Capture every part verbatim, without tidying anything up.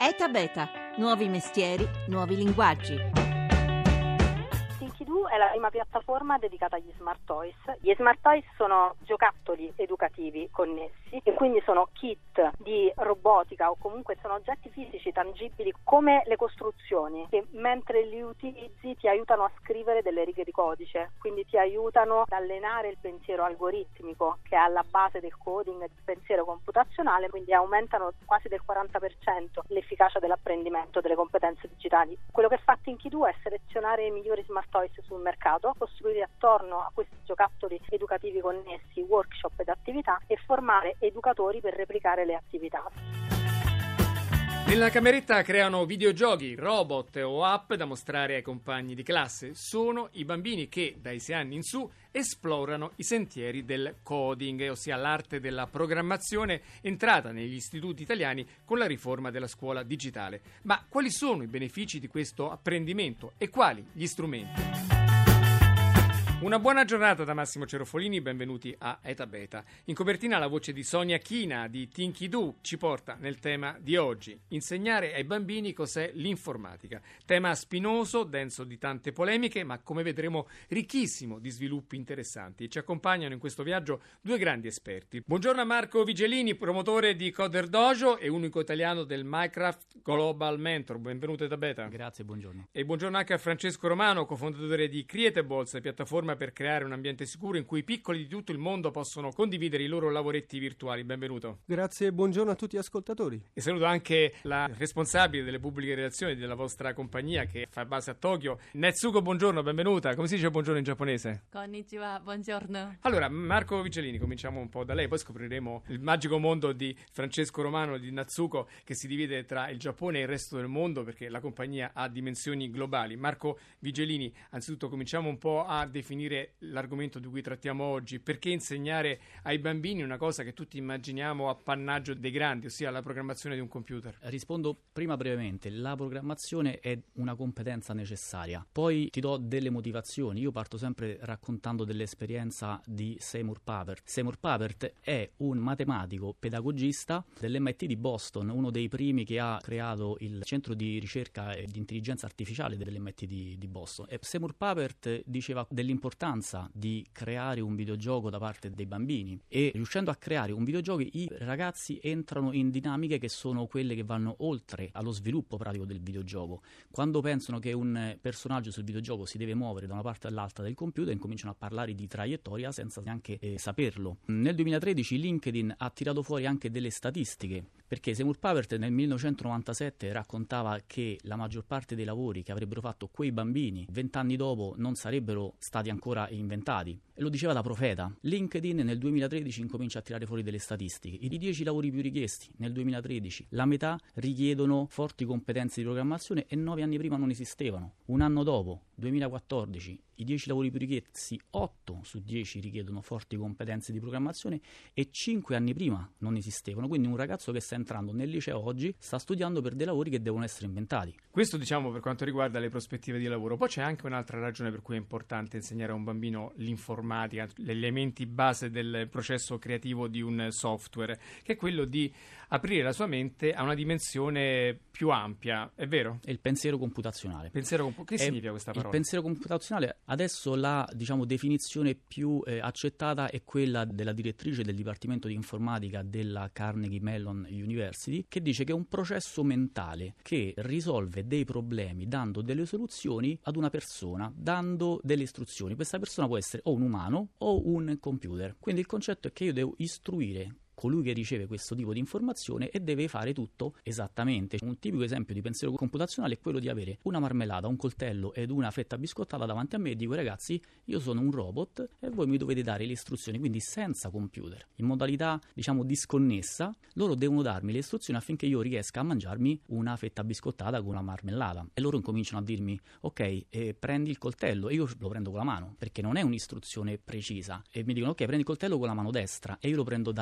ETA Beta, nuovi mestieri, nuovi linguaggi. Thinkidu è la prima piattaforma dedicata agli smart toys. Gli smart toys sono giocattoli educativi connessi e quindi sono kit di robotica o comunque sono oggetti fisici tangibili come le costruzioni che mentre li utilizzi ti aiutano a scrivere delle righe di codice, quindi ti aiutano ad allenare il pensiero algoritmico che è alla base del coding, del pensiero computazionale, quindi aumentano quasi del quaranta per cento l'efficacia dell'apprendimento delle competenze digitali. Quello che fa Thinkidu è selezionare i migliori smart toys sul mercato, costruire attorno a questi giocattoli educativi connessi workshop ed attività e formare educatori per replicare le attività. Nella cameretta creano videogiochi, robot o app da mostrare ai compagni di classe. Sono i bambini che, dai sei anni in su, esplorano i sentieri del coding, ossia l'arte della programmazione entrata negli istituti italiani con la riforma della scuola digitale. Ma quali sono i benefici di questo apprendimento e quali gli strumenti? Una buona giornata da Massimo Cerofolini, benvenuti a ETA Beta. In copertina la voce di Sonia China di Thinkidu ci porta nel tema di oggi: insegnare ai bambini cos'è l'informatica. Tema spinoso, denso di tante polemiche, ma come vedremo ricchissimo di sviluppi interessanti. Ci accompagnano in questo viaggio due grandi esperti. Buongiorno a Marco Vigellini, promotore di Coder Dojo e unico italiano del Minecraft Global Mentor. Benvenuto a ETA Beta. Grazie, buongiorno. E buongiorno anche a Francesco Romano, cofondatore di Creatables, piattaforma per creare un ambiente sicuro in cui i piccoli di tutto il mondo possono condividere i loro lavoretti virtuali. Benvenuto. Grazie e buongiorno a tutti gli ascoltatori. E saluto anche la responsabile delle pubbliche relazioni della vostra compagnia che fa base a Tokyo, Netsuko. Buongiorno, benvenuta. Come si dice buongiorno in giapponese? Konnichiwa, buongiorno. Allora, Marco Vigellini, cominciamo un po' da lei, poi scopriremo il magico mondo di Francesco Romano e di Netsuko, che si divide tra il Giappone e il resto del mondo perché la compagnia ha dimensioni globali. Marco Vigellini, anzitutto cominciamo un po' a definire l'argomento di cui trattiamo oggi. Perché insegnare ai bambini una cosa che tutti immaginiamo appannaggio dei grandi, ossia la programmazione di un computer? Rispondo prima brevemente. La programmazione è una competenza necessaria. Poi ti do delle motivazioni. Io parto sempre raccontando dell'esperienza di Seymour Papert. Seymour Papert è un matematico pedagogista dell'M I T di Boston, uno dei primi che ha creato il centro di ricerca e di intelligenza artificiale dell'M I T di, di Boston. E Seymour Papert diceva dell'importanza di creare un videogioco da parte dei bambini, e riuscendo a creare un videogioco i ragazzi entrano in dinamiche che sono quelle che vanno oltre allo sviluppo pratico del videogioco. Quando pensano che un personaggio sul videogioco si deve muovere da una parte all'altra del computer, incominciano a parlare di traiettoria senza neanche eh, saperlo. Nel duemilatredici LinkedIn ha tirato fuori anche delle statistiche, perché Seymour Papert nel millenovecentonovantasette raccontava che la maggior parte dei lavori che avrebbero fatto quei bambini vent'anni dopo non sarebbero stati ancora inventati, e lo diceva da profeta. LinkedIn nel duemilatredici incomincia a tirare fuori delle statistiche. I dieci lavori più richiesti nel duemilatredici, la metà richiedono forti competenze di programmazione e nove anni prima non esistevano. Un anno dopo, duemilaquattordici, i dieci lavori più richiesti, otto su dieci richiedono forti competenze di programmazione e cinque anni prima non esistevano. Quindi un ragazzo che sta entrando nel liceo oggi sta studiando per dei lavori che devono essere inventati. Questo, diciamo, per quanto riguarda le prospettive di lavoro. Poi c'è anche un'altra ragione per cui è importante insegnare a un bambino l'informatica, gli elementi base del processo creativo di un software, che è quello di aprire la sua mente a una dimensione più ampia, è vero? È il pensiero computazionale. Pensiero compu- che è significa questa parola? Il pensiero computazionale, adesso la diciamo definizione più eh, accettata è quella della direttrice del Dipartimento di Informatica della Carnegie Mellon University, che dice che è un processo mentale che risolve dei problemi dando delle soluzioni ad una persona, dando delle istruzioni. Questa persona può essere o un umano o un computer. Quindi il concetto è che io devo istruire colui che riceve questo tipo di informazione e deve fare tutto esattamente. Un tipico esempio di pensiero computazionale è quello di avere una marmellata, un coltello ed una fetta biscottata davanti a me e dico: ragazzi, io sono un robot e voi mi dovete dare le istruzioni, quindi senza computer, in modalità diciamo disconnessa. Loro devono darmi le istruzioni affinché io riesca a mangiarmi una fetta biscottata con una marmellata, e loro incominciano a dirmi: ok, eh, prendi il coltello, e io lo prendo con la mano perché non è un'istruzione precisa, e mi dicono: ok, prendi il coltello con la mano destra, e io lo prendo dalla punta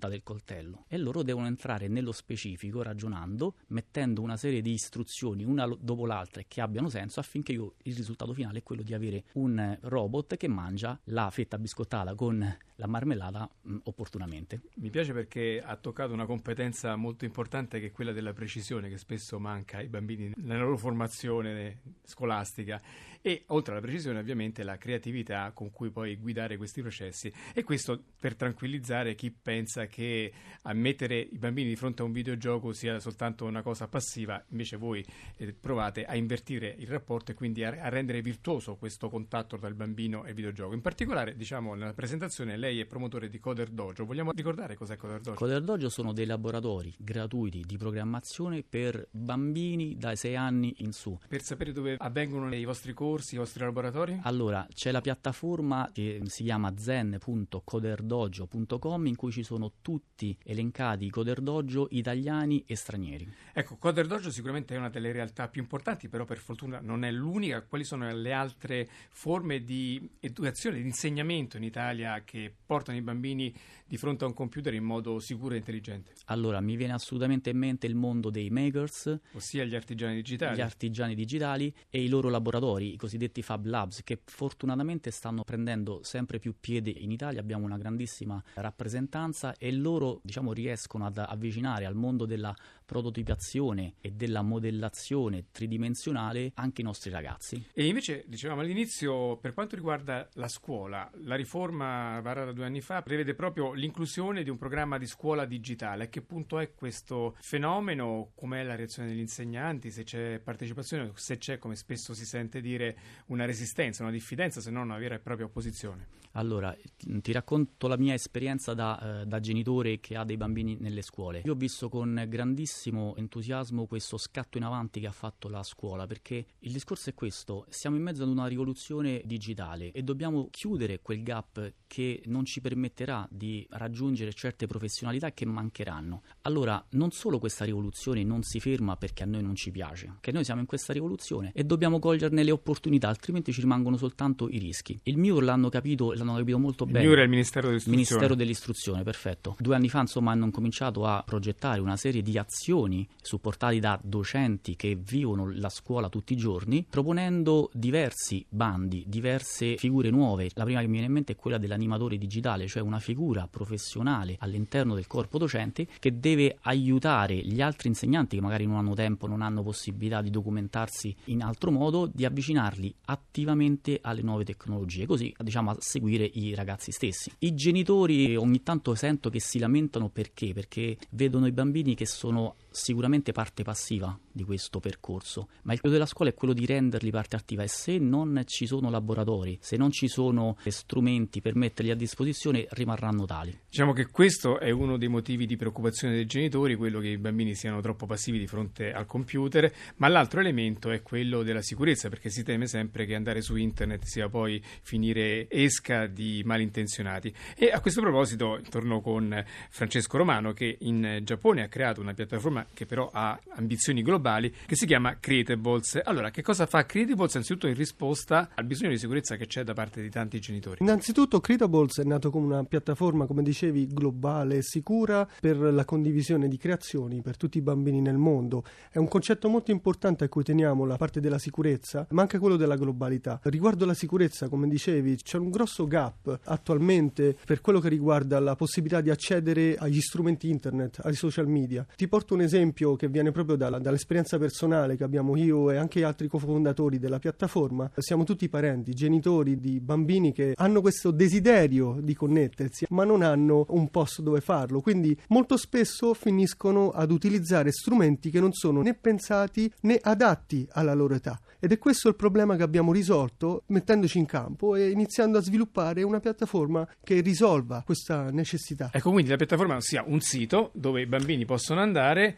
del coltello, e loro devono entrare nello specifico ragionando, mettendo una serie di istruzioni una dopo l'altra e che abbiano senso, affinché io, il risultato finale è quello di avere un robot che mangia la fetta biscottata con la marmellata mh, opportunamente. Mi piace perché ha toccato una competenza molto importante, che è quella della precisione, che spesso manca ai bambini nella loro formazione scolastica, e oltre alla precisione ovviamente la creatività con cui poi guidare questi processi, e questo per tranquillizzare chi pensa che a mettere i bambini di fronte a un videogioco sia soltanto una cosa passiva. Invece voi eh, provate a invertire il rapporto e quindi a, a rendere virtuoso questo contatto tra il bambino e il videogioco. In particolare, diciamo, nella presentazione lei è promotore di Coder Dojo. Vogliamo ricordare cos'è Coder Dojo? Coder Dojo sono dei laboratori gratuiti di programmazione per bambini dai sei anni in su. Per sapere dove avvengono i vostri corsi, i vostri laboratori? Allora, c'è la piattaforma che si chiama zen punto coderdojo punto com, in cui ci sono tutti elencati i Coder Dojo italiani e stranieri. Ecco, Coder Dojo sicuramente è una delle realtà più importanti, però per fortuna non è l'unica. Quali sono le altre forme di educazione, di insegnamento in Italia che portano i bambini di fronte a un computer in modo sicuro e intelligente? Allora, mi viene assolutamente in mente il mondo dei makers, ossia gli artigiani digitali. Gli artigiani digitali e i loro laboratori, i cosiddetti Fab Labs, che fortunatamente stanno prendendo sempre più piede in Italia. Abbiamo una grandissima rappresentanza e loro, diciamo, riescono ad avvicinare al mondo della prototipazione e della modellazione tridimensionale anche i nostri ragazzi. E invece, dicevamo all'inizio, per quanto riguarda la scuola, la riforma varata due anni fa prevede proprio l'inclusione di un programma di scuola digitale. A che punto è questo fenomeno? Com'è la reazione degli insegnanti? Se c'è partecipazione, se c'è, come spesso si sente dire, una resistenza, una diffidenza, se non una vera e propria opposizione? Allora, ti racconto la mia esperienza da, eh, da genitore che ha dei bambini nelle scuole. Io ho visto con grandissimo entusiasmo questo scatto in avanti che ha fatto la scuola, perché il discorso è questo: siamo in mezzo ad una rivoluzione digitale e dobbiamo chiudere quel gap che non ci permetterà di raggiungere certe professionalità che mancheranno. Allora, non solo questa rivoluzione non si ferma perché a noi non ci piace, che noi siamo in questa rivoluzione e dobbiamo coglierne le opportunità, altrimenti ci rimangono soltanto i rischi. Il M I U R l'hanno capito, l'hanno capito molto bene. Il M I U R è il Ministero dell'Istruzione. Ministero dell'Istruzione, perfetto. Due anni fa, insomma, hanno cominciato a progettare una serie di azioni supportati da docenti che vivono la scuola tutti i giorni, proponendo diversi bandi, diverse figure nuove. La prima che mi viene in mente è quella dell'animatore digitale, cioè una figura professionale all'interno del corpo docente che deve aiutare gli altri insegnanti che magari non hanno tempo, non hanno possibilità di documentarsi in altro modo, di avvicinarli attivamente alle nuove tecnologie, così, diciamo, a seguire i ragazzi stessi. I genitori ogni tanto sento che si lamentano perché? Perché vedono i bambini che sono sicuramente parte passiva di questo percorso, ma il credo della scuola è quello di renderli parte attiva, e se non ci sono laboratori, se non ci sono strumenti per metterli a disposizione, rimarranno tali. Diciamo che questo è uno dei motivi di preoccupazione dei genitori, quello che i bambini siano troppo passivi di fronte al computer, ma l'altro elemento è quello della sicurezza, perché si teme sempre che andare su internet sia poi finire esca di malintenzionati. E a questo proposito torno con Francesco Romano, che in Giappone ha creato una piattaforma che però ha ambizioni globali, che si chiama Creatables. Allora, che cosa fa Creatables? Innanzitutto in risposta al bisogno di sicurezza che c'è da parte di tanti genitori. Innanzitutto Creatables è nato come una piattaforma, come dicevi, globale e sicura per la condivisione di creazioni per tutti i bambini nel mondo. È un concetto molto importante a cui teniamo, la parte della sicurezza, ma anche quello della globalità. Riguardo alla sicurezza, come dicevi, c'è un grosso gap attualmente per quello che riguarda la possibilità di accedere agli strumenti internet, ai social media. Ti porto un esempio che viene proprio dalla, dall'esperienza personale che abbiamo io e anche altri cofondatori della piattaforma. Siamo tutti parenti, genitori di bambini che hanno questo desiderio di connettersi, ma non hanno un posto dove farlo, quindi molto spesso finiscono ad utilizzare strumenti che non sono né pensati né adatti alla loro età. Ed è questo il problema che abbiamo risolto mettendoci in campo e iniziando a sviluppare una piattaforma che risolva questa necessità. Ecco, quindi la piattaforma sia un sito dove i bambini possono andare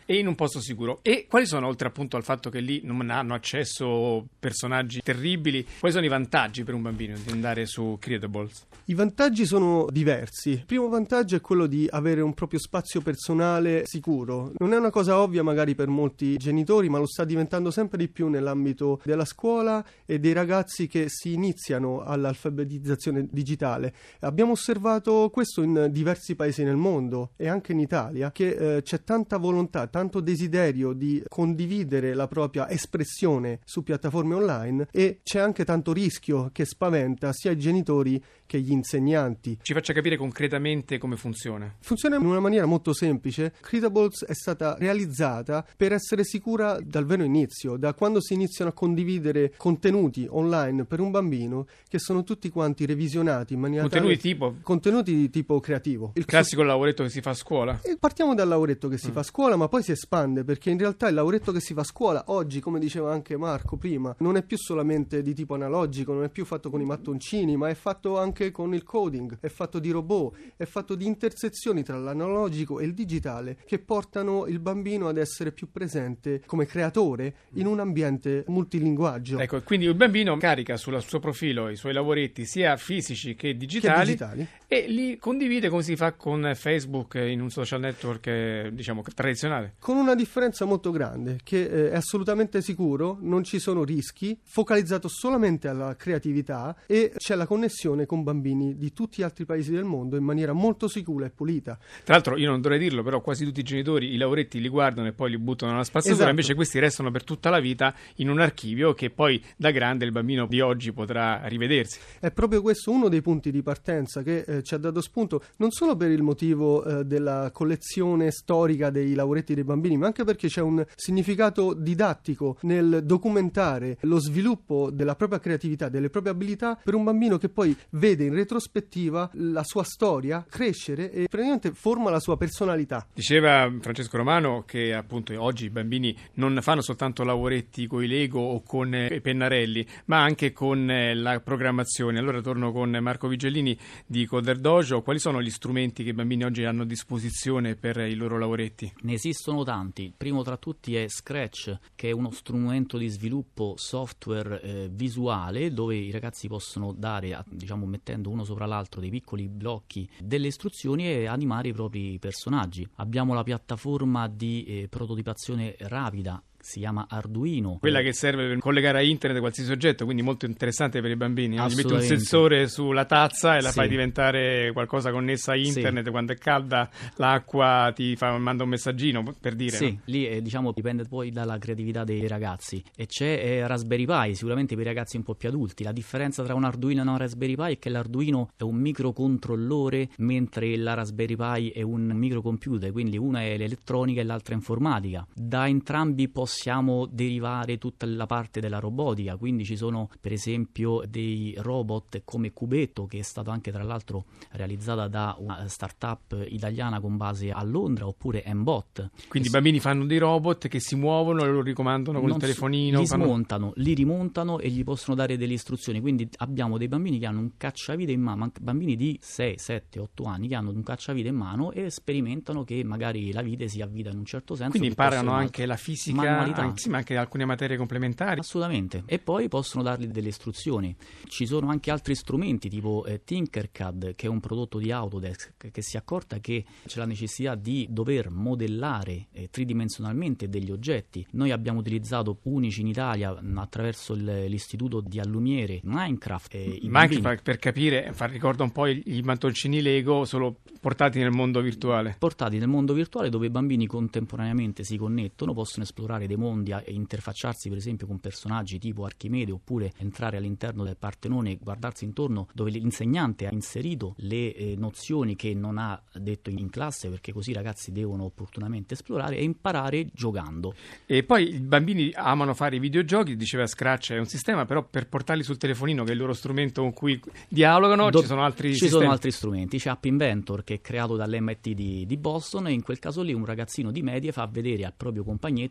e in un posto sicuro. E quali sono, oltre appunto al fatto che lì non hanno accesso personaggi terribili, quali sono i vantaggi per un bambino di andare su Credibles? I vantaggi sono diversi. Il primo vantaggio è quello di avere un proprio spazio personale sicuro. Non è una cosa ovvia magari per molti genitori, ma lo sta diventando sempre di più nell'ambito della scuola e dei ragazzi che si iniziano all'alfabetizzazione digitale. Abbiamo osservato questo in diversi paesi nel mondo e anche in Italia, che eh, c'è tanta volontà, tanto desiderio di condividere la propria espressione su piattaforme online, e c'è anche tanto rischio che spaventa sia i genitori che gli insegnanti. Ci faccia capire concretamente come funziona. Funziona in una maniera molto semplice. Credibles è stata realizzata per essere sicura dal vero inizio, da quando si iniziano a condividere contenuti online per un bambino, che sono tutti quanti revisionati in maniera Contenuti tale... tipo? Contenuti di tipo creativo. Il classico lavoretto che si fa a scuola? E partiamo dal lavoretto che si mm. fa a scuola, ma poi si espande, perché in realtà il lavoretto che si fa a scuola oggi, come diceva anche Marco prima, non è più solamente di tipo analogico, non è più fatto con i mattoncini, ma è fatto anche con il coding, è fatto di robot, è fatto di intersezioni tra l'analogico e il digitale che portano il bambino ad essere più presente come creatore in un ambiente multilinguaggio. Ecco, quindi il bambino carica sul suo profilo i suoi lavoretti sia fisici che digitali, che digitali. E li condivide come si fa con Facebook in un social network eh, diciamo tradizionale. Con una differenza molto grande, che eh, è assolutamente sicuro, non ci sono rischi, focalizzato solamente alla creatività, e c'è la connessione con bambini di tutti gli altri paesi del mondo in maniera molto sicura e pulita. Tra l'altro, io non dovrei dirlo, però quasi tutti i genitori i lavoretti li guardano e poi li buttano nella spazzatura, esatto. Invece questi restano per tutta la vita in un archivio che poi da grande il bambino di oggi potrà rivedersi. È proprio questo uno dei punti di partenza che eh, ci ha dato spunto, non solo per il motivo eh, della collezione storica dei lavoretti dei bambini, ma anche perché c'è un significato didattico nel documentare lo sviluppo della propria creatività, delle proprie abilità, per un bambino che poi vede in retrospettiva la sua storia crescere e praticamente forma la sua personalità. Diceva Francesco Romano che appunto oggi i bambini non fanno soltanto lavoretti con i Lego o con eh, i pennarelli, ma anche con eh, la programmazione. Allora torno con Marco Vigellini di Coder Dojo. Quali sono gli strumenti che i bambini oggi hanno a disposizione per i loro lavoretti? Ne esistono tanti. Il primo tra tutti è Scratch, che è uno strumento di sviluppo software eh, visuale, dove i ragazzi possono dare, diciamo mettendo uno sopra l'altro, dei piccoli blocchi delle istruzioni e animare i propri personaggi. Abbiamo la piattaforma di eh, prototipazione rapida, si chiama Arduino. Quella che serve per collegare a internet qualsiasi oggetto, quindi molto interessante per i bambini. Gli metti un sensore sulla tazza e la sì. fai diventare qualcosa connessa a internet, sì. Quando è calda l'acqua ti fa, manda un messaggino, per dire. Sì, no? lì eh, diciamo dipende poi dalla creatività dei ragazzi. E c'è eh, Raspberry Pi, sicuramente per i ragazzi un po' più adulti. La differenza tra un Arduino e una Raspberry Pi è che l'Arduino è un microcontrollore, mentre la Raspberry Pi è un microcomputer, quindi una è l'elettronica e l'altra è informatica. Da entrambi possono possiamo derivare tutta la parte della robotica, quindi ci sono per esempio dei robot come Cubetto, che è stato anche tra l'altro realizzata da una startup italiana con base a Londra, oppure M-Bot. Quindi i bambini fanno dei robot che si muovono e lo ricomandano con il telefonino. Li fanno... smontano, li rimontano e gli possono dare delle istruzioni, quindi abbiamo dei bambini che hanno un cacciavite in mano, bambini di sei, sette, otto anni che hanno un cacciavite in mano e sperimentano che magari la vite si avvita in un certo senso. Quindi imparano anche la fisica, anche, sì, ma anche alcune materie complementari. Assolutamente. E poi possono dargli delle istruzioni. Ci sono anche altri strumenti tipo eh, Tinkercad, che è un prodotto di Autodesk, che, che si accorta che c'è la necessità di dover modellare eh, tridimensionalmente degli oggetti. Noi abbiamo utilizzato unici in Italia mh, attraverso il, l'istituto di Allumiere Minecraft. Eh, ma anche per, per capire, fa, ricorda un po' i, i mattoncini Lego, solo portati nel mondo virtuale. Portati nel mondo virtuale, dove i bambini contemporaneamente si connettono, possono esplorare dei mondi e interfacciarsi per esempio con personaggi tipo Archimede, oppure entrare all'interno del Partenone e guardarsi intorno, dove l'insegnante ha inserito le eh, nozioni che non ha detto in classe, perché così i ragazzi devono opportunamente esplorare e imparare giocando. E poi i bambini amano fare i videogiochi, diceva Scratch è un sistema, però per portarli sul telefonino, che è il loro strumento con cui dialogano, Do- ci sono altri ci sistemi. sono altri strumenti. C'è App Inventor, che è creato dall'M I T di, di Boston, e in quel caso lì un ragazzino di medie fa vedere al proprio compagnetto: guarda che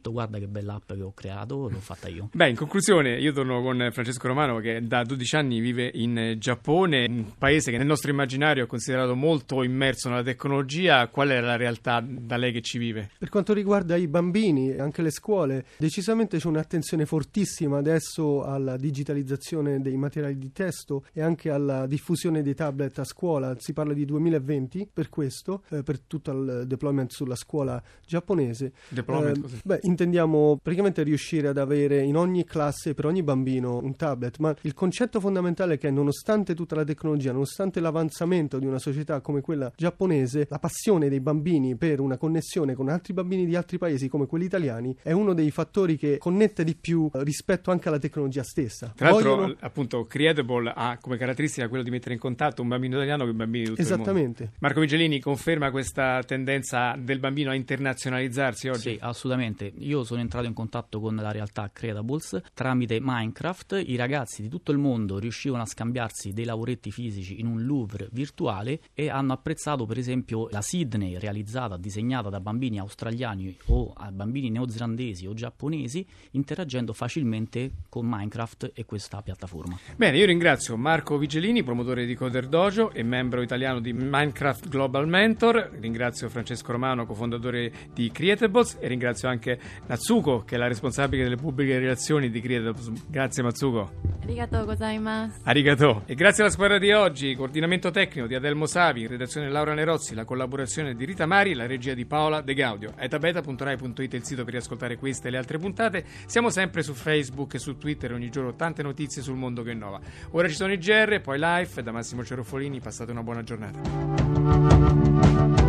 bella app che ho creato, l'ho fatta io. Beh, in conclusione, io torno con Francesco Romano, che da dodici anni vive in Giappone, un paese che nel nostro immaginario è considerato molto immerso nella tecnologia. Qual è la realtà da lei che ci vive? Per quanto riguarda i bambini e anche le scuole, decisamente c'è un'attenzione fortissima adesso alla digitalizzazione dei materiali di testo e anche alla diffusione dei tablet a scuola. Si parla di duemilaventi per questo, eh, per tutto il deployment sulla scuola giapponese. Deployment, eh, così. Beh, intendiamo praticamente riuscire ad avere in ogni classe, per ogni bambino, un tablet, ma il concetto fondamentale è che nonostante tutta la tecnologia, nonostante l'avanzamento di una società come quella giapponese, la passione dei bambini per una connessione con altri bambini di altri paesi come quelli italiani è uno dei fattori che connette di più rispetto anche alla tecnologia stessa. Tra l'altro, Vogliono... appunto, Creatable ha come caratteristica quello di mettere in contatto un bambino italiano con i bambini di tutto il mondo. Esattamente. Marco Vigellini conferma questa tendenza del bambino a internazionalizzarsi oggi? Sì, assolutamente. Io sono entrato in contatto con la realtà Creatables tramite Minecraft. I ragazzi di tutto il mondo riuscivano a scambiarsi dei lavoretti fisici in un Louvre virtuale e hanno apprezzato per esempio la Sydney realizzata, disegnata da bambini australiani o a bambini neozelandesi o giapponesi, interagendo facilmente con Minecraft e questa piattaforma. Bene, io ringrazio Marco Vigellini, promotore di Coder Dojo e membro italiano di Minecraft Global Mentor. Ringrazio Francesco Romano, cofondatore di Creatables, e ringrazio anche Natsuko, che è la responsabile delle pubbliche relazioni di Creatables. Grazie Matsuko. Arigatou gozaimasu. Arigato. E grazie alla squadra di oggi, coordinamento tecnico di Adelmo Savi, redazione Laura Nerozzi, la collaborazione di Rita Mari, la regia di Paola De Gaudio. etabeta punto rai punto it è il sito per riascoltare queste e le altre puntate. Siamo sempre su Facebook e su Twitter, ogni giorno tante notizie sul mondo che innova. Ora ci sono i G R, poi Life, da Massimo Cerofolini. Passate una buona giornata.